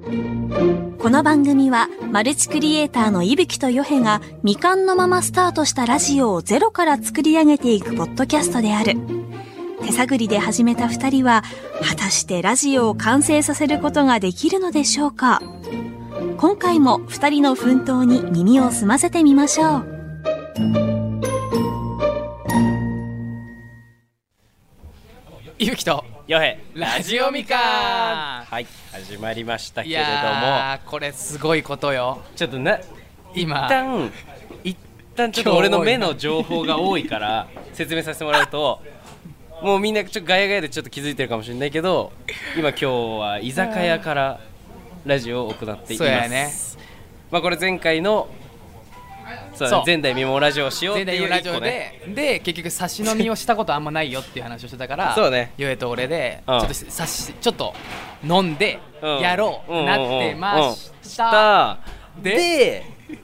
この番組はマルチクリエイターの伊吹とヨヘが未完のままスタートしたラジオをゼロから作り上げていくポッドキャストである。手探りで始めた2人は果たしてラジオを完成させることができるのでしょうか。今回も2人の奮闘に耳を澄ませてみましょう。 伊吹とヨヘラジオみかん、 はい始まりましたけれども、 いやーこれすごいことよ。 ちょっと今一旦ちょっと俺の目の情報が多いから説明させてもらうともうみんなちょっとガヤガヤでちょっと気づいてるかもしれないけど、今日は居酒屋からラジオを行っています。 そうやね。 まあこれ前回のそう前代未聞ラジオをしようっていうラジオ一個ね。 で結局差し飲みをしたことあんまないよっていう話をしてたからそうね、 ヨエと俺でちうんょっとちょっと飲んでやろうなってました。 で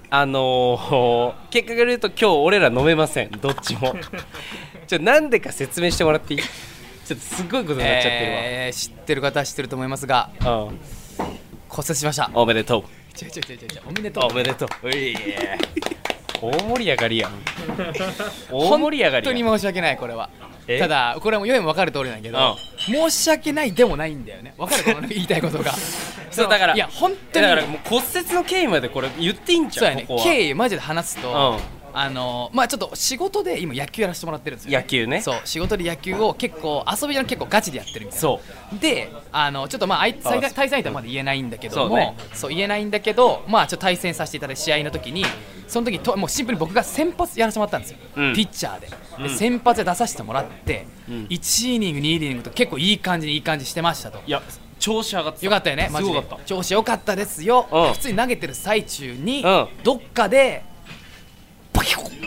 結果が言うと今日俺ら飲めません、どっちもなんでか説明してもらっていい？ちょっとすごいことになっちゃってるわ。 知ってる方は知ってると思いますが、骨折しました。 おめでとう。 おめでとう。 おめでとう。大盛り上がりやん。大盛り上がりやん。 本当に申し訳ないこれは。ただこれもヨエも分かる通りなんだけど、申し訳ないでもないんだよね。分かるこの言いたいことが。 そうだからいや本当にだからもう骨折の経緯までこれ言っていいんちゃう？ そうやね。経緯マジで話すと、まあちょっと仕事で今野球やらせてもらってるんですよ。 野球ね。 そう仕事で野球を結構遊びじゃなく結構ガチでやってるみたいな。そうでちょっとまあ対戦相手はまだ言えないんだけども、そう言えないんだけど、まあちょっと対戦させていただいて試合の時にその時もうシンプルに僕が先発やらせてもらったんですよ、ピッチャーで、先発で出させてもらって、1イニング2イニングと結構いい感じしてましたと。 いや調子上がってた。 よかったよね。マジで調子良かったですよ。普通に投げてる最中にどっかでバキコン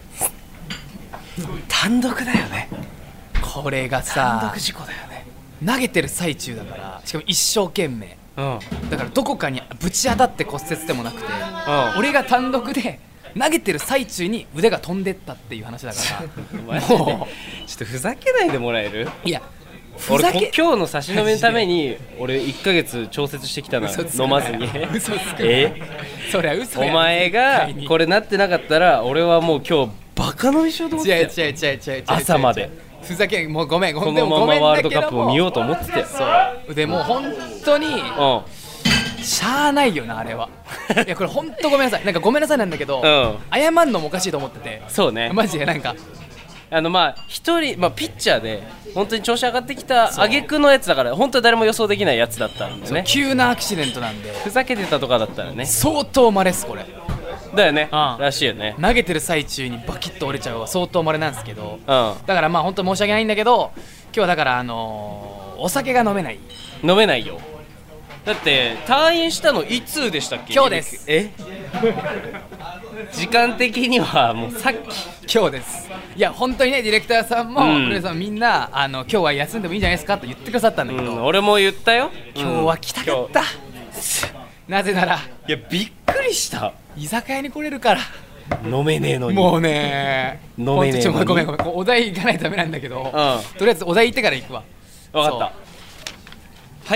単独だよね。 これがさ単独事故だよね。 投げてる最中だから、しかも一生懸命、だからどこかにぶち当たって骨折でもなくて、俺が単独で投げてる最中に腕が飛んでったっていう話だからもうちょっとふざけないでもらえる？いや俺今日の差し飲みのために俺1ヶ月調節してきたの飲まずに。 嘘つくそりゃ嘘や。 お前がこれなってなかったら俺はもう今日バカ飲みしようと思ってたよ。 違う朝までふざけもうごめんこのままワールドカップを見ようと思ってたよ。 そうでもう本当にしゃあないよなあれは。いやこれ本当ごめんなさい。なんかごめんなさいなんだけど、謝るのもおかしいと思ってて。 そうねマジでなんかまあ一人、ピッチャーで本当に調子上がってきた挙句のやつだから本当に誰も予想できないやつだったんだよね。 急なアクシデントなんでふざけてたとかだったらね相当稀ですこれ。 だよね、らしいよね。 投げてる最中にバキッと折れちゃうは相当稀なんですけど、だからまあ本当申し訳ないんだけど今日はだからお酒が飲めないよ。 だって退院したのいつでしたっけ？ 今日です。 時間的にはもうさっき今日です。いや本当にねディレクターさんもクレイさんみんな今日は休んでもいいんじゃないですかと言ってくださったんだけど、 俺も言ったよ。 今日は来たかった、なぜならいやびっくりした。 居酒屋に来れるから飲めねえのに。 もうね飲めねえのに。 ごめんお題行かないとダメなんだけど、とりあえずお題行ってから行くわ。 分かった。はい。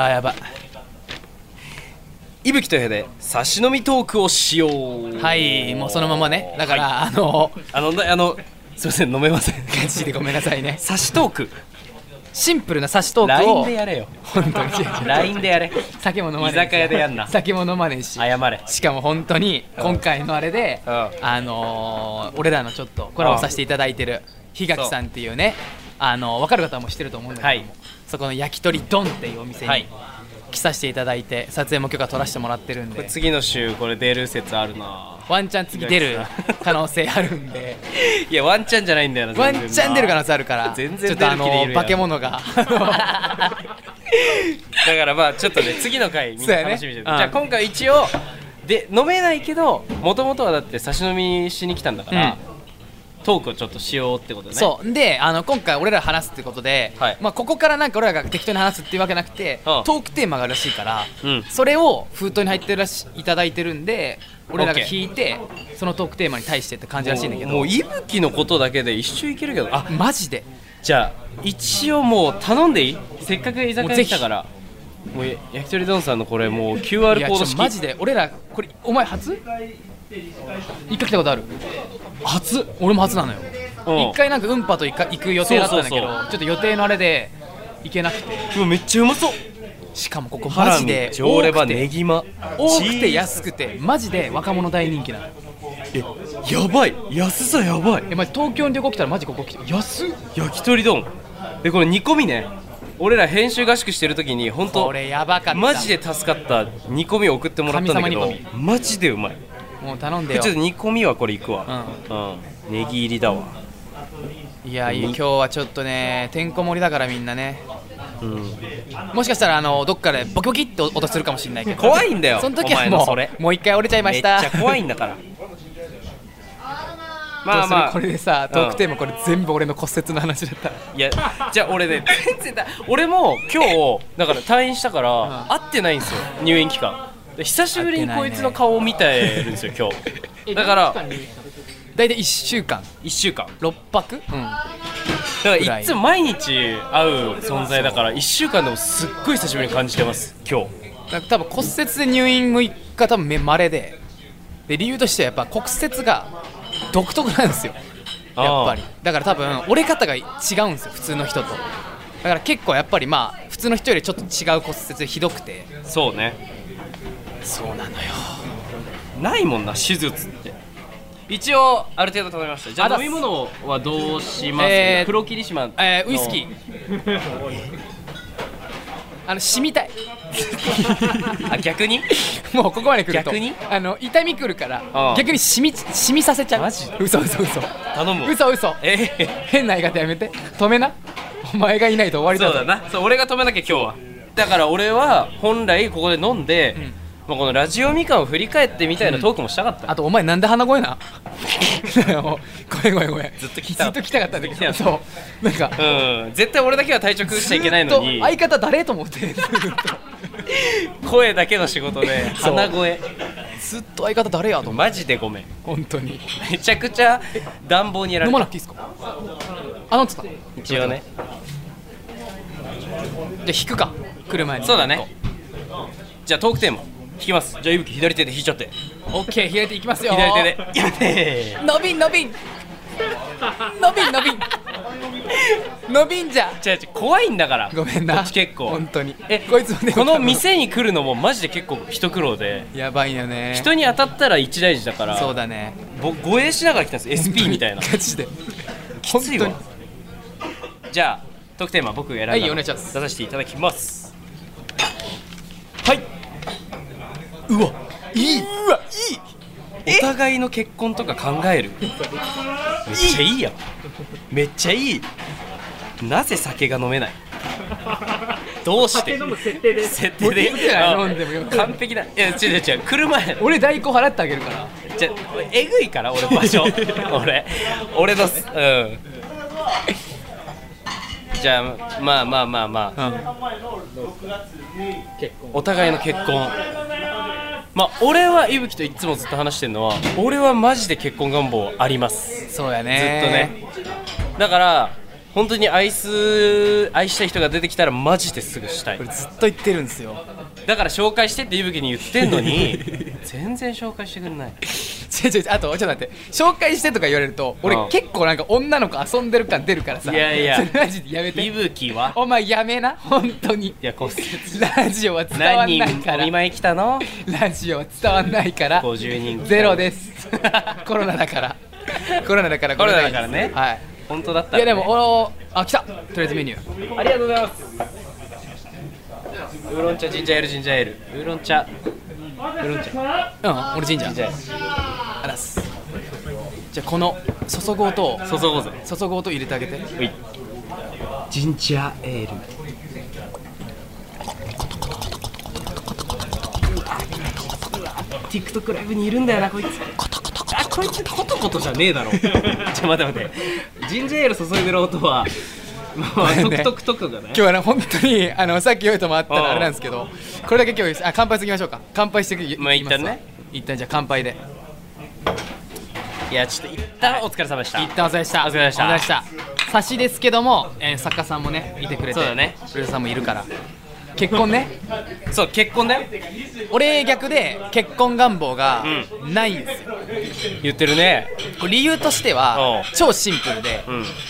やば。 伊吹と部屋で差し飲みトークをしよう。 はいもうそのままね。だから、すいません飲めません。 ガチでごめんなさいね。 差しトークシンプルな差しトークを LINE でやれよ。 本当に LINE でやれ。 酒も飲まねえし居酒屋でやんな。 酒も飲まねえし謝れ。 しかも本当に今回のあれで俺らのちょっとコラボさせていただいてる檜垣さんっていうね分かる方も知ってると思うんだけども、そこの焼き鳥ドンっていうお店に来させていただいて撮影も許可取らせてもらってるんで、 次の週これ出る説あるな。 ワンチャン次出る可能性あるんでいやワンチャンじゃないんだよな。 ワンチャン出る可能性あるから全然出るちょっと気でいるやん。 化け物がだからまあちょっとね次の回みんな楽しみにしてる。じゃあ今回一応で飲めないけどもともとはだって差し飲みしに来たんだから、トークをちょっとしようってことね。そうで今回俺ら話すってことで、ここからなんか俺らが適当に話すっていうわけなくて、トークテーマがあるらしいから、それを封筒に入っていただいてるんで俺らが聞いてそのトークテーマに対してって感じらしいんだけど、 もう伊吹のことだけで一周いけるけど。 マジでじゃあ一応もう頼んでいい？せっかく居酒屋来たからもう焼き鳥丼さんのこれもう QR コード式。 マジで俺らこれお前初？一回来たことある？初？俺も初なのよ。一回なんか運波と行く予定だったんだけど、ちょっと予定のあれで行けなくて。 うわめっちゃうまそう。 しかもここマジで上レバネギマ多くて安くてマジで若者大人気なの。 やばい、安さやばい。 マジ東京に旅行来たらマジここ来て安っ。 焼き鳥丼でこれ煮込みね。俺ら編集合宿してる時に本当これやばかった。 マジで助かった煮込みを送ってもらったんだけど神様煮マジでうまい。 もう頼んでよ。 ちょっと煮込みはこれいくわ。ネギ入りだわ。 いや今日はちょっとねてんこ盛りだからみんなね、もしかしたらどっかでボキボキって音するかもしれないけど怖いんだよ。 その時はもう一回折れちゃいました。 めっちゃ怖いんだからまあまあこれでさトークテーマこれ全部俺の骨折の話だった。 いやじゃあ俺ね全然だ。俺も今日だから退院したから会ってないんですよ入院期間で。久しぶりにこいつの顔を見てるんですよ今日だから大体1週間6泊、だからいつも毎日会う存在だから1週間でもすっごい久しぶりに感じてます今日。 多分骨折で入院6日多分稀で理由としてはやっぱ骨折が独特なんですよやっぱり。だから多分折れ方が違うんですよ普通の人と。だから結構やっぱりまあ普通の人よりちょっと違う骨折でひどくて。 そうね。 そうなのよ。 ないもんな手術って。一応ある程度頼みました。じゃあ飲み物はどうしますか？黒霧島ウイスキー染みたいあ逆にもうここまで来ると逆に痛みくるから逆に染みさせちゃう。 マジ？ 嘘頼む。 嘘変な言い方やめて。止めな。お前がいないと終わりだ。 そうだな。そう俺が止めなきゃ今日は。だから俺は本来ここで飲んで、このラジオみかんを振り返ってみたいなトークもしたかった。 あとお前なんで鼻声なごめんずっと聞きたかったんだけど。そうなんか絶対俺だけは体調崩しちゃいけないのに相方誰と思って声だけの仕事で鼻声ずっと相方誰やと思って。 マジでごめん本当にめちゃくちゃ暖房にやられて。 飲まなくていいですか？飲んでた一応ね。 じゃあ引くか車に。 そうだね。じゃあトークテーマ引きます。じゃあいぶき左手で引いちゃって。 オッケー左手いきますよ。 左手でやめて伸びんじゃ違う怖いんだから。 ごめんなこっち結構本当にこいつもねこの店に来るのもマジで結構一苦労でやばいよね。 人に当たったら一大事だから。 そうだね。 護衛しながら来たんです SP みたいな。 ガチできついわ。じゃあトークテーマ僕が選んだのはいお願いします。 出させていただきます。はい。 うわいいお互いの結婚とか考える。めっちゃいいやん。めっちゃいい。なぜ酒が飲めない？どうして？設定で飲んでもよく完璧だ。いや違う車や。 俺代行払ってあげるから。 じゃえぐいから俺場所俺のじゃあまあ、お互いの結婚。まあ俺はいぶきといつもずっと話してるのは俺はマジで結婚願望あります。 そうやね。 ずっとね。だから本当に愛したい人が出てきたらマジですぐしたい。 これずっと言ってるんですよ。 だから紹介してっていぶきに言ってんのに全然紹介してくれない。 あとちょっと待って、紹介してとか言われると俺結構なんか女の子遊んでる感出るからさ。 いやマジでやめて。 いぶきはお前やめな本当に。いや骨折ラジオは伝わんないから。 何人お見舞い来たの？ ラジオは伝わんないから 50人ゼロですコロナだからね。 はい本当だったら、ね、 いやでも来た。とりあえずメニューありがとうございます。ウーロン茶ジンジャーエールウーロン茶俺ジンジャーあらす。じゃあこの注ごうと入れてあげて。 ジンジャーエールTikTok ライブにいるんだよなこいつ。こいつコトコトじゃねえだろ。ちょ待ってジンジャーエール注いでる音はトクトクトクがね。 今日はね本当にさっきヨイともあったらあれなんですけど、これだけ今日乾杯していきましょうか。乾杯していきます。 まあ一旦ね。 一旦じゃあ乾杯で。 いやちょっと一旦お疲れ様でした。 一旦お疲れでした。 お疲れ様でした。 差しですけども、作家さんもねいてくれて、 そうだね。 プロデューサーさんもいるから。 結婚ね。 そう結婚だよ。 俺逆で結婚願望がないんですよ。 言ってるね。 これ理由としては超シンプルで、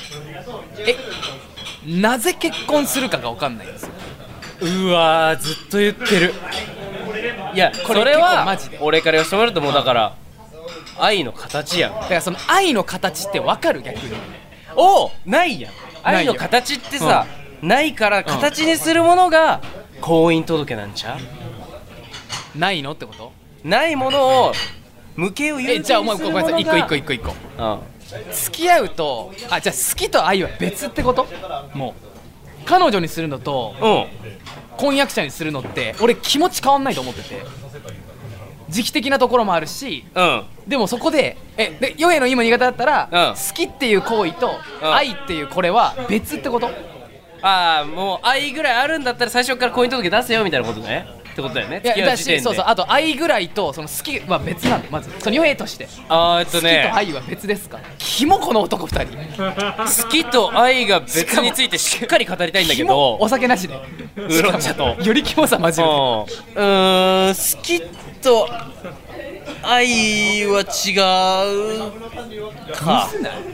なぜ結婚するかが分かんないんですよ。 うわーずっと言ってる。いやこれそれはマジで俺から言わせてもらうともうだから愛の形やん。 だからその愛の形って分かる？逆にないやん。 ないよ愛の形ってさ、ないから形にするものが婚姻届なんちゃう？ ないのってこと？ ないものを無形を優先にすじゃあお前るものがごめんなさい、一個付き合うとじゃあ好きと愛は別ってこと？もう彼女にするのと婚約者にするのって俺気持ち変わんないと思ってて、時期的なところもあるし、でもそこででヨエの今の言い方だったら、好きっていう行為と愛っていうこれは別ってこと？ もう愛ぐらいあるんだったら最初から婚姻届出せよみたいなことねってことだよね。付き合う時点で。 そうあと愛ぐらいとその好きは別なんで、まずそのヨエとして好きと愛は別ですか？キモこの男2人好きと愛が別についてしっかり語りたいんだけど、 お酒なしでウーロン茶とよりキモさ混じる。 好きと愛は違うか。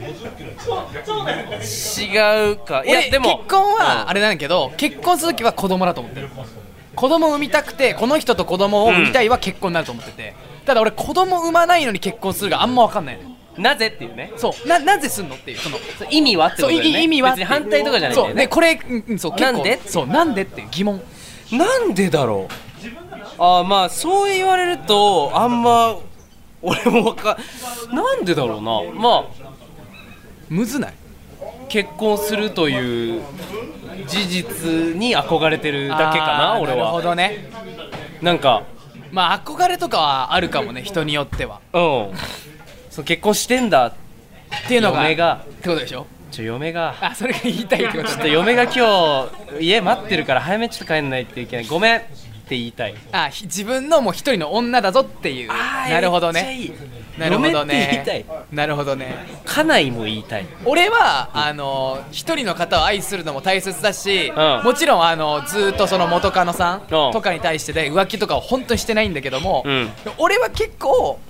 違うか。いやでも結婚はあれなんだけど、結婚するときは子供だと思ってる。子供を産みたくてこの人と子供を産みたいは結婚になると思ってて、ただ俺子供産まないのに結婚するがあんま分かんないのよ。 なぜっていうね。 そうなぜすんのっていうその意味はってことだよね。 意味は別に反対とかじゃないんだよね。 そうでこれそう結構なんでそうなんでっていう疑問。 なんでだろう。まあそう言われるとあんま俺もなんでだろうな。まあむずない？ 結婚するという事実に憧れてるだけかな俺は。 なるほどね。 なんかまあ憧れとかはあるかもね、人によっては。 そう結婚してんだっていうのが嫁がってことでしょ。 嫁がそれが言いたいってことちょっと嫁が今日家待ってるから早めちょっと帰んないといけない、ごめんって言いたい。 自分のもう一人の女だぞっていう。なるほどね。 めっちゃいい。 なるほどね。 嫁って言いたい。 なるほどね。 家内も言いたい。 俺は一人の方を愛するのも大切だし、もちろんずーっとその元カノさんとかに対してで浮気とかを本当にしてないんだけども、俺は結構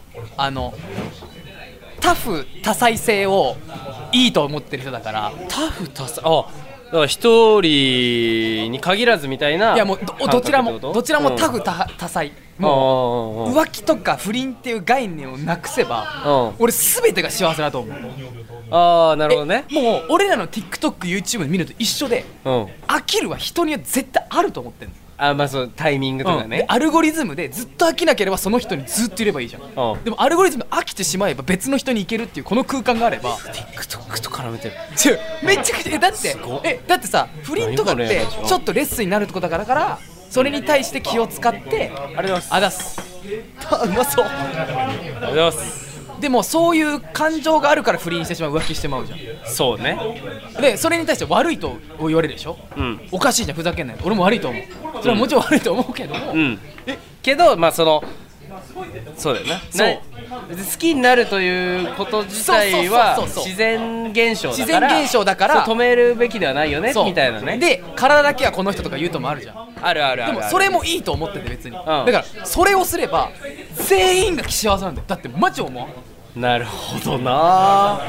タフ多彩性をいいと思ってる人だから。 タフ多彩、だから一人に限らずみたいな。 いやもうどちらもタフ多彩。もう浮気とか不倫っていう概念をなくせば、俺全てが幸せだと思う。 なるほどね。 もう俺らの TikTok、YouTube で見るのと一緒で、飽きるは人には絶対あると思ってるの。 まあそうタイミングとかね。 アルゴリズムでずっと飽きなければその人にずっといればいいじゃん。でもアルゴリズム飽きてしまえば別の人に行けるっていうこの空間があれば。 TikTok と絡めてる。 めちゃくちゃだってさ、不倫とかってちょっとレッスンになるってことだからそれに対して気を使って。 ありがとうございます。 あだすうまそう。 ありがとうございます。 でもそういう感情があるから不倫してしまう、浮気してまうじゃん。 そうね。 でそれに対して悪いと言われるでしょ、おかしいじゃん、ふざけんなよ。俺も悪いと思う。それはもちろん悪いと思うけども、 けどまあそうだよな。好きになるということ自体は自然現象だから止めるべきではないよねみたいなね。 で体だけはこの人とか言うともあるじゃん。 ある。 でもそれもいいと思ってて別に、だからそれをすれば全員が幸せなんだよ。だってマジ思う。 なるほどな。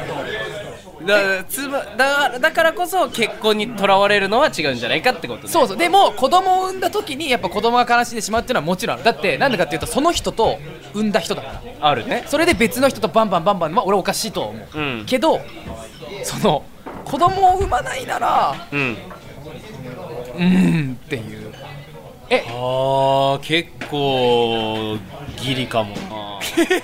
だからこそ結婚にとらわれるのは違うんじゃないかってことね。 そうでも子供を産んだ時にやっぱ子供が悲しんでしまうっていうのはもちろんある。だってなんでかっていうとその人と産んだ人だからあるね。 それで別の人とバンバンは俺おかしいとは思う、けどその子供を産まないならっていう。 結構ギリかもな。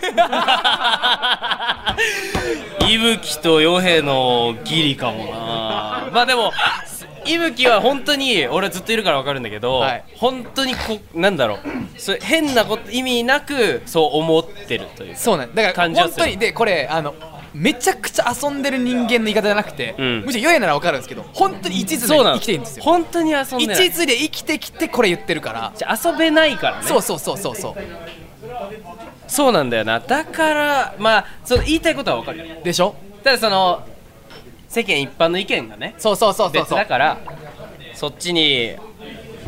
伊吹とヨヘのギリかもな。まあでも伊吹は本当に俺ずっといるから分かるんだけど、本当になんだろう、それ変なこと意味なくそう思ってるという。 そうなんだから本当に。でこれめちゃくちゃ遊んでる人間の言い方じゃなくて、むしろヨエなら分かるんですけど本当に一途で生きてるんですよ。 本当に遊んでない。 一途で生きてきてこれ言ってるから。 遊べないからね。そうそうなんだよな。だからまあその言いたいことは分かるよでしょ。 ただその世間一般の意見がね別だからそっちに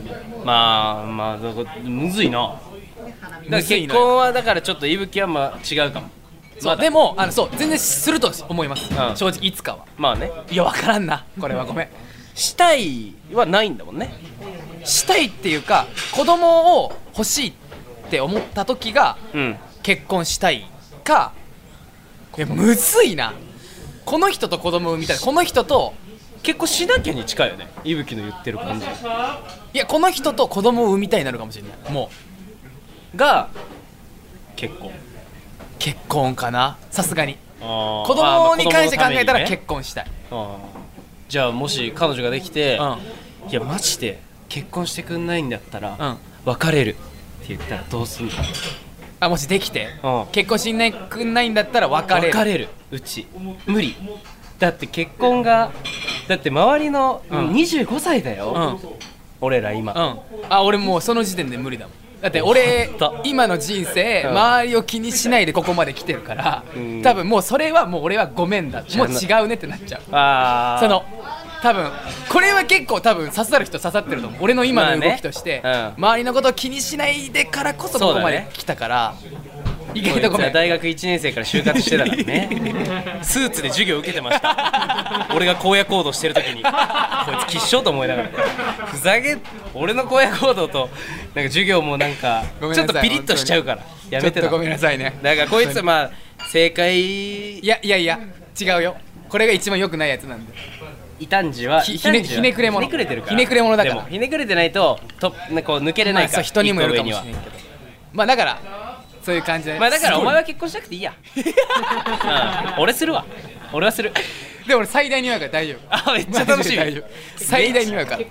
まあだからむずいな。だから結婚はだからちょっといぶきはまあ違うかも。 そうでもそう全然すると思います、 うん正直いつかは。 まあね、 いや分からんなこれは、ごめん。 したいはないんだもんね。 したいっていうか子供を欲しいって思った時がうん結婚したいか。いやむずいな。この人と子供を産みたい、この人と、 結婚しなきゃに近いよね、いぶきの言ってる感じいやこの人と子供を産みたいになるかもしれない。もが結婚かな、さすがに。 子子供に関して考えたら結婚したい。 じゃあもし彼女ができて、 うんいやマジで結婚してくんないんだったら、 うん別れるって言ったらどうすんの？ もしできて、 うん結婚しんないくんないんだったら別れる。 うち無理だって結婚がだって周りのうん 25歳だよ、俺ら今、 俺もうその時点で無理だもん。だって俺ほんと今の人生、 うん周りを気にしないでここまで来てるから、 うん多分もうそれはもう俺はごめんだ、もうじ違うねってなっちゃう。 あーその多分これは結構多分刺さる人刺さってると思う。俺の今の動きとして、 まあね周りのことを気にしないでからこそここまで来たから、意外とごめん。 大学1年生から就活してたからねスーツで授業受けてました俺が荒野行動してる時にこいつきっしょと思いながらふざけ俺の荒野行動となんか授業もなんかごめんなさいちょっとピリッとしちゃうからやめてた。 ちょっとごめんなさいね。 だからこいつまあ正解いや違うよ。これが一番良くないやつなんで。 異端児はひねくれ者。 ひねくれてるからひねくれ者だから。 でもひねくれてないとなんかこう抜けれないから、 そう人にもよるかもしれ一個上にはないけど、まあだからそういう感じで。 まあだからお前はは結婚しなくていいや俺するわ。俺はする。 で俺最大に弱いから大丈夫。 めっちゃ楽しみ。 大丈夫。最大に弱いから。 相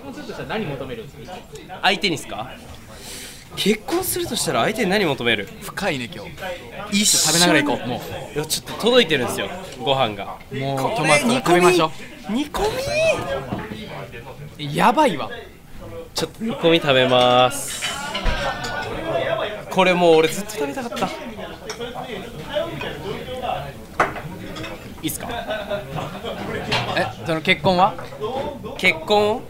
手にすか？結婚するとしたら相手に何求める？ 深いね今日。食べながら行こう。もいやちょっと届いてるんですよご飯が。 うトマト食べましょ煮込みう。やばいわ。 ちょっと煮込み食べますこれもう俺ずっと食べたかった。いいっすか？ その結婚は？ 結婚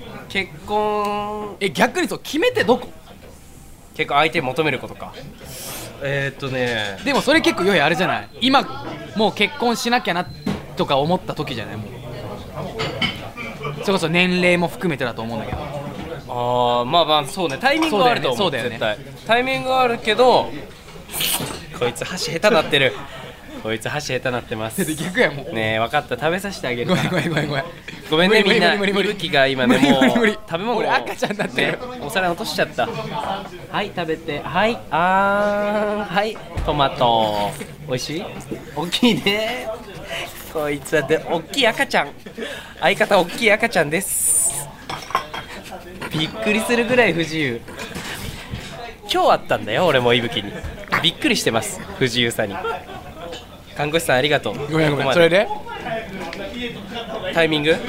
逆にそう決めてどこ？ 結構相手求めることか。 でもそれ結構良いあれじゃない。今もう結婚しなきゃなとか思った時じゃない。もうそれこそ年齢も含めてだと思うんだけど。 まあそうね、タイミングはあると思う。 そうだよね絶対タイミングはあるけどこいつ箸下手なってるこいつ箸下手なってます逆やもん。 ねえ分かった、食べさせてあげるごから。 めんごめんねみんな。 無理いぶきが今ねもう無理食べ物を俺赤ちゃんだってる、 ねお皿落としちゃった。はい食べて、はいはいトマト美味しい？大きいねこいつはで大きい赤ちゃん。相方大きい赤ちゃんです。びっくりするぐらい不自由。今日あったんだよ俺もいぶきに。びっくりしてます不自由さに。看護師さんありがとう。 ごめんここまそれでタイミング？違う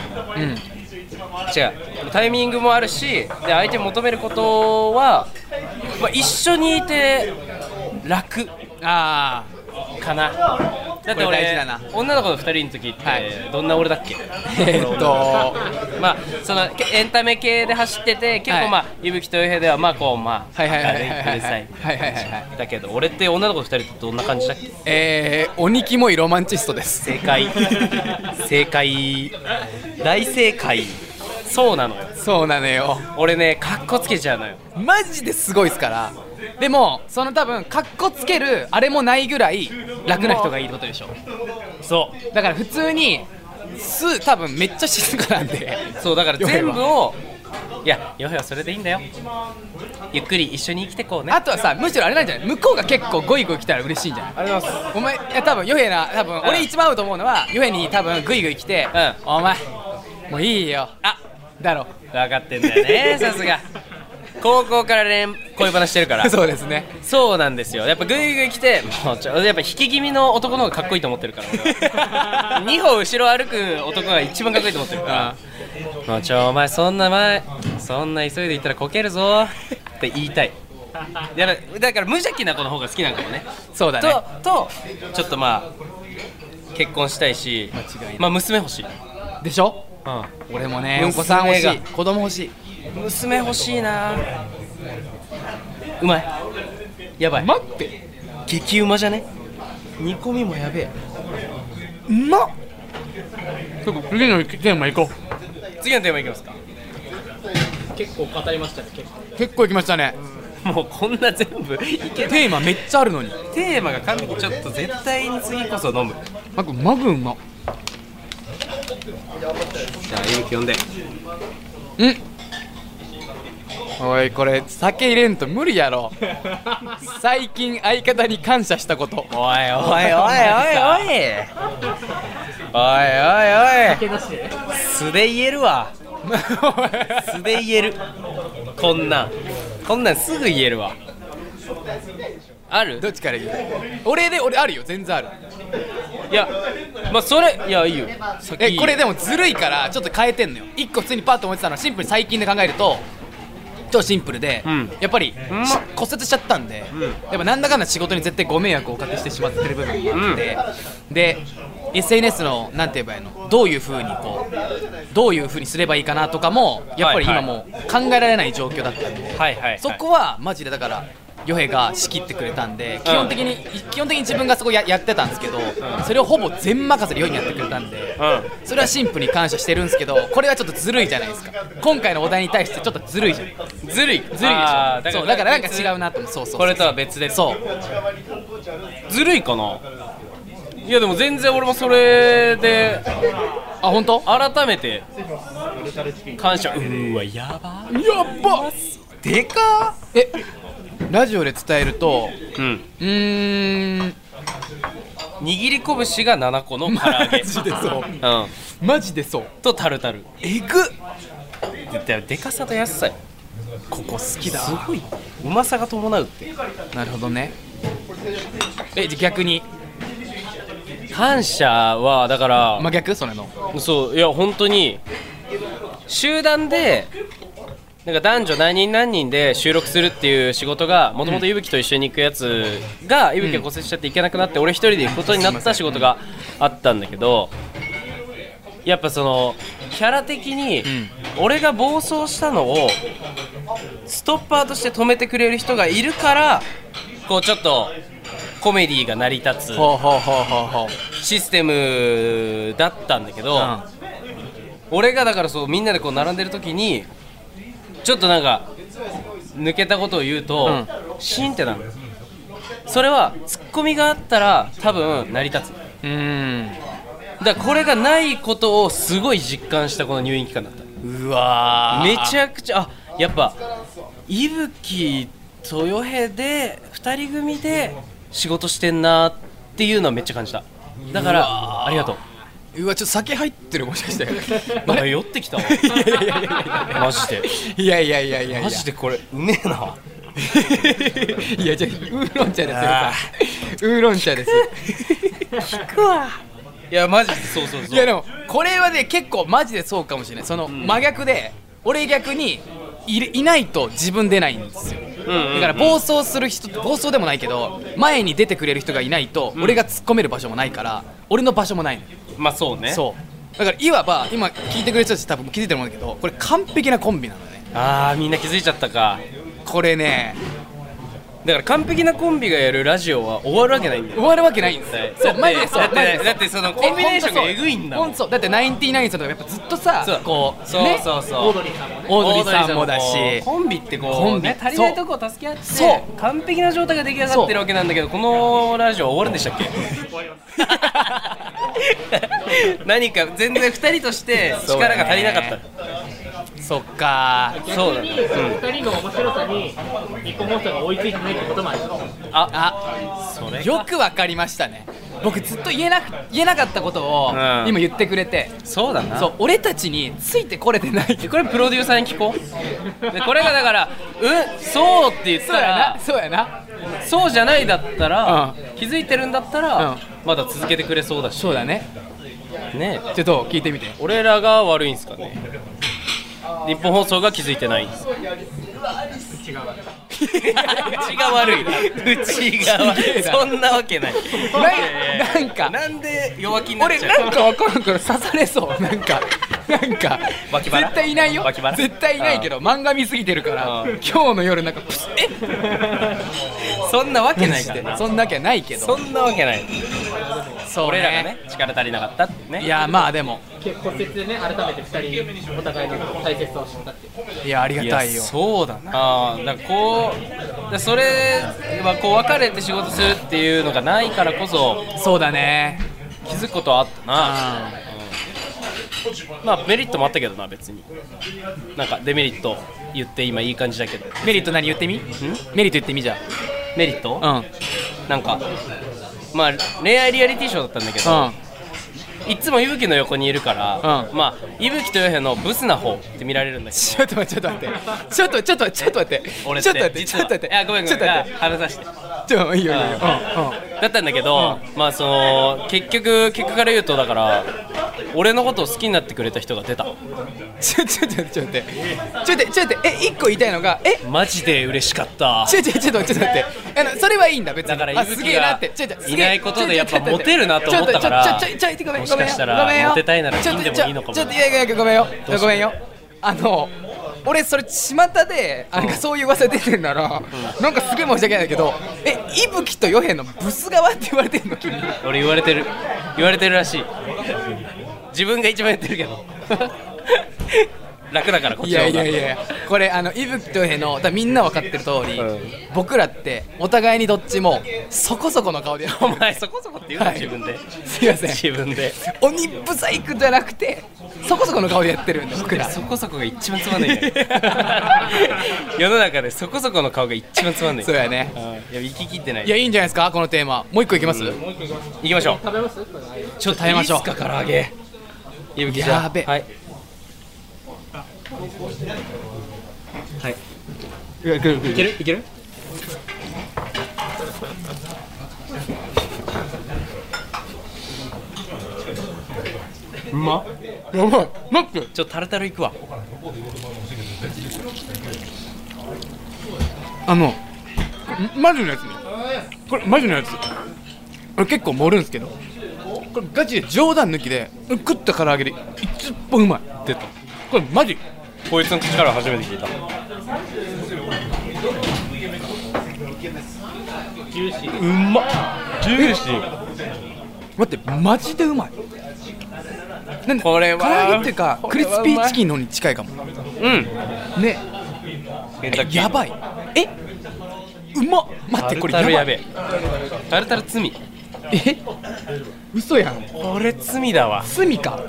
タイミングもあるし、で相手求めることは、一緒にいて楽かな。だってこれ大事俺だな女の子の2人の時って、 はいどんな俺だっけ？まあそのエンタメ系で走ってて結構いぶきとよへではこう軽いうるさいだけど、俺って女の子の2人ってどんな感じだっけ？ 鬼キモいロマンチストです。 正解大正解。そうなのよ。 そうなのよ。 俺ねカッコつけちゃうのよ。 マジですごいですから。でもその多分カッコつけるあれもないぐらい楽な人がいいってことでしょ。 そうだから普通に多分めっちゃ静かなんで。 そうだから全部をいやよへはそれでいいんだよ。ゆっくり一緒に生きてこうね。 あとはさ、むしろあれなんじゃない？向こうが結構ゴイゴイ来たら嬉しいんじゃない？ ありがとうございます。 お前多分ヨヘ多分俺一番合うと思うのはヨヘに多分グイグイ来て、お前もういいよだろ。 分かってんだよねさすが高校から恋話してるからそうですね。 そうなんですよ。やっぱグイグイ来てもうやっぱ引き気味の男の方がかっこいいと思ってるから俺は2歩後ろ歩く男が一番かっこいいと思ってるからもうお前そんな急いで行ったらこけるぞって言いたい。だから無邪気な子の方が好きなんかもね。 そうだね。 とちょっと結婚したいし、娘欲しいでしょ。俺もねお子さん欲しい、子供欲しい。 娘欲しいな。 うまい。やばい。 待って、 激うまじゃね。煮込みもやべえ。 うまっ。ちょっと次のテーマいこう。 次のテーマいきますか。 結構語りましたね。結構いきましたね。 もうこんな全部いけない。 テーマめっちゃあるのに。 テーマが完璧。ちょっと絶対に次こそ飲む。 マグうまっ。 じゃあゆうき呼んで。 おい、これ酒入れんと無理やろ。最近相方に感謝したこと。 おいおいおいおいおいおい素で言えるわ。素で言える。こんなんすぐ言えるわ。ある？ どっちから言う？俺あるよ、全然ある。 いや、まあそれ、いやいいよ。 これでもずるいからちょっと変えてんのよ。一個普通にパッと思ってたのはシンプルに最近で考えると超シンプルで、やっぱり、骨折しちゃったんで、やっぱなんだかんだ仕事に絶対ご迷惑をおかけしてしまってる部分があって、で SNS のなんて言えばいいの、どういう風にすればいいかなとかもやっぱり今もう考えられない状況だったんで、そこはマジでだからヨヘが仕切ってくれたんで、基本的に自分がそこやってたんですけど、それをほぼ全任せでヨヘにやってくれたんで、それはシンプルに感謝してるんですけど、これはちょっとずるいじゃないですか。今回のお題に対してちょっとずるいじゃん。ずるいでしょ。そうだからなんか違うなと思う。そうこれとは別で。 そうずるいかな。いやでも全然俺もそれで、 本当？ 改めて感謝。うわやばでかー。ラジオで伝えると、 握り拳が7個の唐揚げ。 マジでそう、マジでそう。 とタルタル。 えぐっ。 でかさと安さよ。 ここ好きだ。 すごい。うまさが伴うって。 なるほどね。逆に感謝はだから真逆？それの。 そう、いや本当に集団でなんか男女何人何人で収録するっていう仕事がもともといぶきと一緒に行くやつがいぶきが骨折しちゃって行けなくなって俺一人で行くことになった仕事があったんだけど、やっぱそのキャラ的に俺が暴走したのをストッパーとして止めてくれる人がいるからこうちょっとコメディが成り立つシステムだったんだけど、俺がだからそうみんなでこう並んでる時にちょっとなんか抜けたことを言うと、シーンってなる。それはツッコミがあったら多分成り立つ。だからこれがないことをすごい実感したこの入院期間だった。 うわめちゃくちゃやっぱいぶきとヨヘで2人組で仕事してんなっていうのはめっちゃ感じた。だからありがとう。 うわちょっと酒入ってる、もしかしてなんか酔ってきたわ。マジでいやマジでこれうめえな。 いやじゃあウーロン茶ですよ。ウーロン茶です。 引くわ。いやマジでそういやでもこれはね結構マジでそうかもしれない。その真逆で、俺逆にいないと自分出ないんですよ。だから暴走する人、暴走でもないけど前に出てくれる人がいないと俺が突っ込める場所もないから、俺の場所もないのよ。 まあそうね。 そうだからいわば今聞いてくれる人たち多分気づいてると思うんだけど、これ完璧なコンビなのね。 みんな気づいちゃったか。 これねだから完璧なコンビがやるラジオは終わるわけないんだよ。 終わるわけないんですよ。そうマジでそう。 だってそのコンビネーションがエグいんだもん。 そうだってナインティナインさんとかやっぱずっとさこうそうオードリーさんもだし、 コンビってこうね足りないとこを助け合って完璧な状態が出来上がってるわけなんだけど、このラジオ終わるんでしたっけ？何か全然2人として力が足りなかった。 そっかー。 そうだね。 2人の面白さに日本放送が追いついてないってこともある。 それよくわかりましたね。僕ずっと言えなかったことを今言ってくれて、 そうだな。 そう俺たちについてこれてない。 これプロデューサーに聞こう。でこれがだからそうって言ったらそうやなそうじゃないだったら、気づいてるんだったら、まだ続けてくれそうだし。 そうだね。 ねちょっと聞いてみて。 俺らが悪いんすかね。日本放送が気づいてないんです。うちが悪い。うちが悪い。そんなわけない。 なんかなんで弱気になっちゃう。 俺なんかわからんから刺されそう。なんかなんか脇腹絶対いないよ、 脇腹絶対いないけど漫画見すぎてるからうん今日の夜なんかプスそんなわけないからな。 そんなわけないけどそんなわけない。 そう俺らがね力足りなかったってね。 いやまあでも骨折でね、改めて2人お互いの大切さを知ったっていう。 いやありがたいよ。 そうだな。ああ、だからこうそれはこう別れて仕事するっていうのがないからこそそうだね。 気づくことはあったな。まあメリットもあったけどな、別になんかデメリット言って今いい感じだけど。 メリット何言ってみ？メリット言ってみじゃメリット、 あ。 なんかまあ恋愛リアリティショーだったんだけど、いつも伊吹の横にいるから、 うんまあ伊吹とよへのブスな方って見られるんだけちょっと待ってちょっと待ってちょっと待って俺ちょっと待って実はちょっと待っていやごめんごめんちょっと待って話させていいよいいよだったんだけど、まあその結局結果から言うとだから俺のことを好きになってくれた人が出た。 ちょっと待って一個言いたいのがマジで嬉しかった。 ちょっと待ってそれはいいんだ別に。 だからあすげえなっていないことでやっぱモテるなと思ったからごめんもしかしたらごめんよモテたいなら金でもいいのかも。 ちょっといやごめんよごめんよ。俺それ巷でなんかそういう噂出てんならなんかすげえ申し訳ないんだけど伊吹とヨヘのブス側って言われてんの君。 俺言われてるらしい。自分が一番言ってるけど楽だからこっちの方が。 いやこれ伊吹とヨヘの多分みんな分かってる通り、僕らってお互いにどっちもそこそこの顔でお前そこそこって言うの、 はい自分で。 すいません自分で鬼ブサイクじゃなくてそこそこの顔でやってるんで僕ら。 そこそこが一番つまんないんだよ世の中でそこそこの顔が一番つまんない。 そうやね。 いや行き切ってない。 いやいいんじゃないですかこのテーマ。もう一個いきます？ 行きましょう。 食べます？ ちょっと食べましょう。 いいっすか唐揚げ。いぶきじゃあやべはいはい。 いけるいける。 うまやばい待ってちょっとタルタルいくわ。 マジのやつね。これマジのやつ。これ結構盛るんすけどこれガチで冗談抜きで食った唐揚げで一本うまい。 出た。 これマジこいつの口から初めて聞いた。 ジューシー。 うまっ。ジューシー。 待ってマジでうまい。なんでこれは唐揚げっていうかクリスピーチキンのに近いかもうんね。やばい。うまっ。待ってこれタルタルやばい。 やべえ。タルタル罪。 嘘やん。 これ罪だわ。 罪か。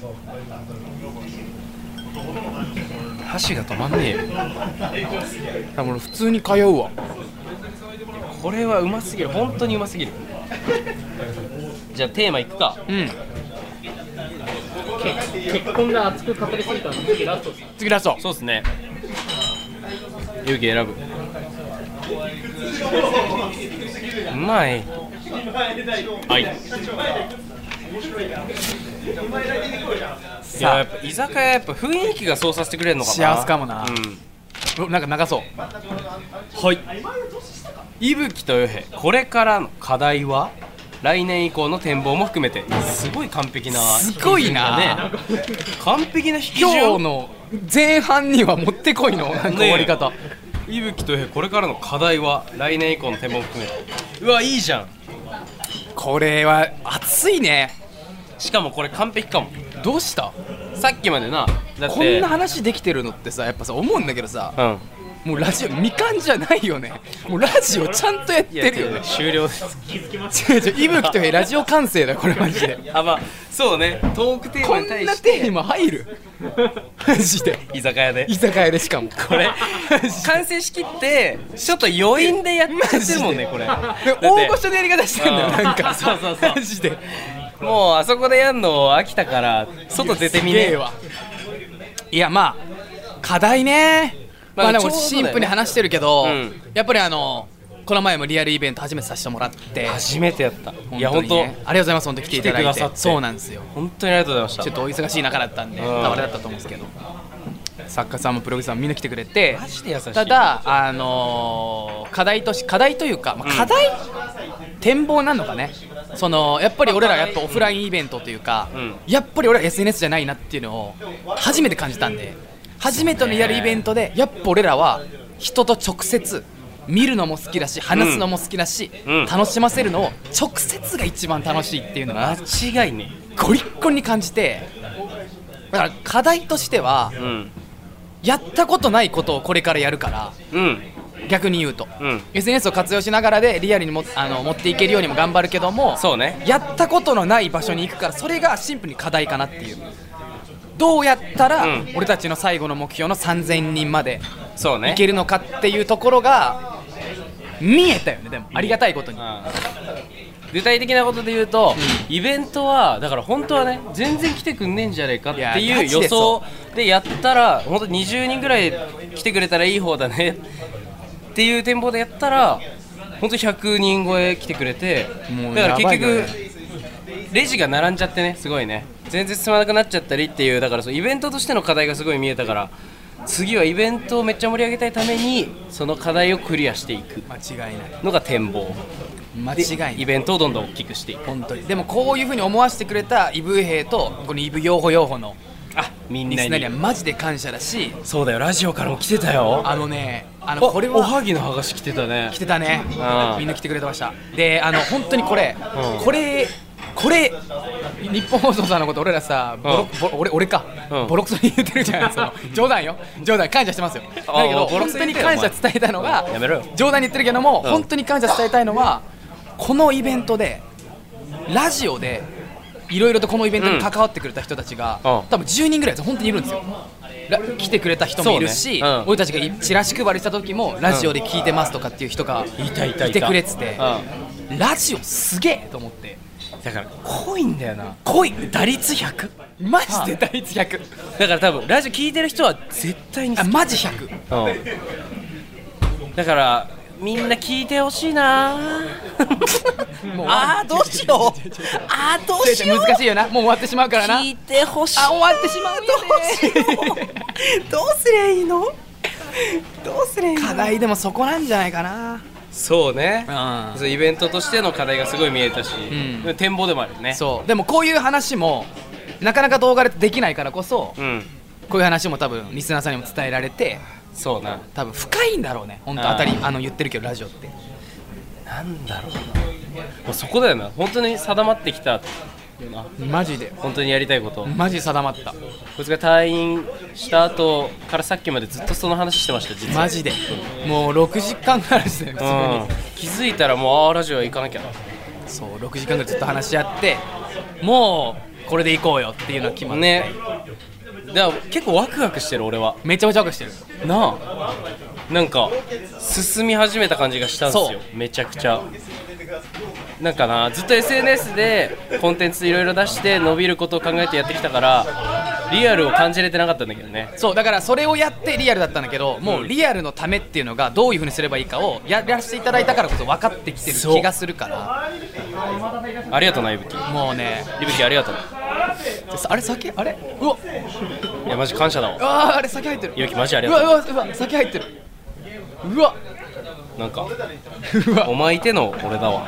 箸が止まんねえよ。 多分俺普通に通うわ。 これはうますぎる。本当にうますぎる。じゃあテーマいくか。 結婚が熱く語りすぎたので次ラストです。 次ラスト。 そうですね。勇気選ぶ。うまい。はい。いややっぱ居酒屋やっぱ雰囲気がそうさせてくれるのかな。 幸せかもな。なんか長そう。 はい。伊吹とよへこれからの課題は来年以降の展望も含めてすごい完璧なすごいなね。完璧な引き順。 今日の前半にはもってこいのなんか終わり方。 伊吹とよへこれからの課題は来年以降の展望も含めて。うわいいじゃん。 これは熱いね。 しかもこれ完璧かも。 どうした？ さっきまでなだってこんな話できてるのってさやっぱさ思うんだけどさ、もうラジオみかんじゃないよね。もうラジオちゃんとやってるよね。 終了です。 違う伊吹とラジオ完成だよこれマジで。 まあそうね。トークテーこんマに対なしてテーマ入るマジで居酒屋で居酒屋でしかもこれ完成しきってちょっと余韻でやっちゃってるもんねこれ。 大御所のやり方してんだよなんか。 そうマジでもうあそこでやんの飽きたから外出てみねえわ。 いやまあ課題ね。まあでもちょうどだよねシンプルに話してるけど、 うんやっぱりこの前もリアルイベント初めてさせてもらって初めてやった。いや本当本当にねありがとうございます。本当来ていただいて来てくださってそうなんですよ。 本当にありがとうございました。 ちょっとお忙しい中だったんでうんあれだったと思うんですけど作家さんもプロデューサーもみんな来てくれてマジで優しい。 ただ課題というか、課題展望なのかねそのやっぱり俺らやっぱオフラインイベントというか、やっぱり俺ら SNS じゃないなっていうのを初めて感じたんで、初めてのやるイベントでやっぱ俺らは人と直接見るのも好きだし話すのも好きだし、楽しませるのを直接が一番楽しいっていうのが間違いねゴリッゴリに感じて、だから課題としては、やったことないことをこれからやるから、逆に言うと、SNS を活用しながらでリアルに持っていけるようにも頑張るけども、 そうね、 やったことのない場所に行くから、それがシンプルに課題かなっていう。どうやったら、俺たちの最後の目標の3000人までいけるのかっていうところが見えたよね。でもありがたいことに、 具体的なことで言うと、イベントはだから本当はね全然来てくんねえんじゃねえかっていう予想でやったら、本当20人ぐらい来てくれたらいい方だねっていう展望でやったら本当100人超え来てくれて、だから結局レジが並んじゃってね、すごいね全然進まなくなっちゃったりっていう、だからそうイベントとしての課題がすごい見えたから、次はイベントをめっちゃ盛り上げたいためにその課題をクリアしていくのが展望、 間違いない。 イベントをどんどん大きくしていく。 本当にでもこういう風に思わせてくれたイブ兵とこのイブヨーホヨーホのみんなリスナーにはマジで感謝だし、 そうだよ、ラジオからも来てたよ。 これはおはぎの剥がし来てたね。 来てたね、みんな来てくれてました。で本当にこれ日本放送さんのこと俺らさ、俺か、ボロクソに言ってるじゃん。その冗談よ、冗談、感謝してますよ。だけど本当に感謝伝えたいのが、冗談に言ってるけども、本当に感謝伝えたいのは、このイベントでラジオでいろいろとこのイベントに関わってくれた人たちが、多分10人ぐらい本当にいるんですよ。来てくれた人もいるし、俺たちがチラシ配りした時もラジオで聞いてますとかっていう人がいてくれてて、ラジオすげえと思って。 だから濃いんだよな。 濃い、 打率100、 マジで打率100。 だから多分ラジオ聞いてる人は絶対にマジ100、 だからみんな聞いてほしいな。 もうどうしよう、どうしよう、難しいよな、もう終わってしまうからな。 聞いてほしい。 終わってしまうよね。 どうすりゃいいの。 課題でもそこなんじゃないかな。 そうね、イベントとしての課題がすごい見えたし、展望でもあるよね。 そうでもこういう話もなかなか動画でできないからこそ、こういう話も多分リスナーさんにも伝えられて、 そうな、 多分深いんだろうね。本当当たり言ってるけど、ラジオってなんだろうな、もうそこだよな。本当に定まってきたよな。 マジで本当にやりたいこと、 マジで定まった。 こいつが退院した後からさっきまでずっとその話してました。実はマジでもう6時間ぐらいですね、普通に。 気づいたらもうラジオ行かなきゃな。 そう6時間ぐらいずっと話し合って、もうこれで行こうよっていうのが決まってね。 だから結構ワクワクしてる。俺はめちゃめちゃワクワクしてるなあ。なんか進み始めた感じがしたんですよ。めちゃくちゃなんかな、ずっと SNS でコンテンツいろいろ出して伸びることを考えてやってきたから、リアルを感じれてなかったんだけどね。 そうだからそれをやってリアルだったんだけど、もうリアルのためっていうのがどういう風にすればいいかをやらせていただいたからこそ分かってきてる気がするから。 ありがとうな、いぶき。 もうね、 いぶきありがとう。 あれ酒、あれ、うわ、 いやマジ感謝だわ。 あれ酒入ってる。 いぶきマジありがとう。 うわ酒入ってる。うわ、 なんかお前いての俺だわ。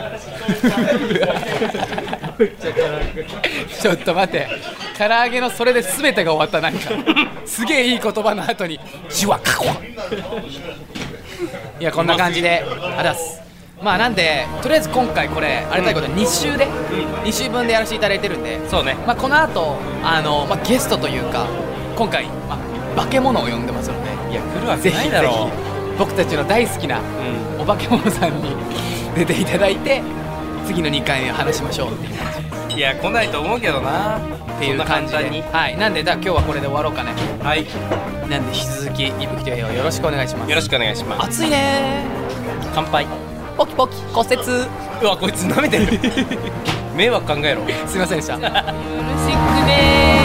ちょっと待って、唐揚げのそれで全てが終わった。なんかすげえいい言葉の後にジュワカコン。いやこんな感じであざす。まあなんでとりあえず今回これありがたいこと2週で2週分でやらせていただいてるんで、 そうね、 まあこの後ゲストというか今回化け物を呼んでますので、 いや来るわけないだろう。 ぜひぜひ僕たちの大好きなお化け物さんに出ていただいて、次の2回目話しましょうっていう感じ。 いや来ないと思うけどなっていう感じで、はい、なんで今日はこれで終わろうかね。はい、なんで引き続きいぶきと平和よろしくお願いします。 よろしくお願いします。 暑いねー。乾杯。ポキポキ骨折。 うわこいつ舐めてる。迷惑考えろ。 すいませんでした。よろしくねー。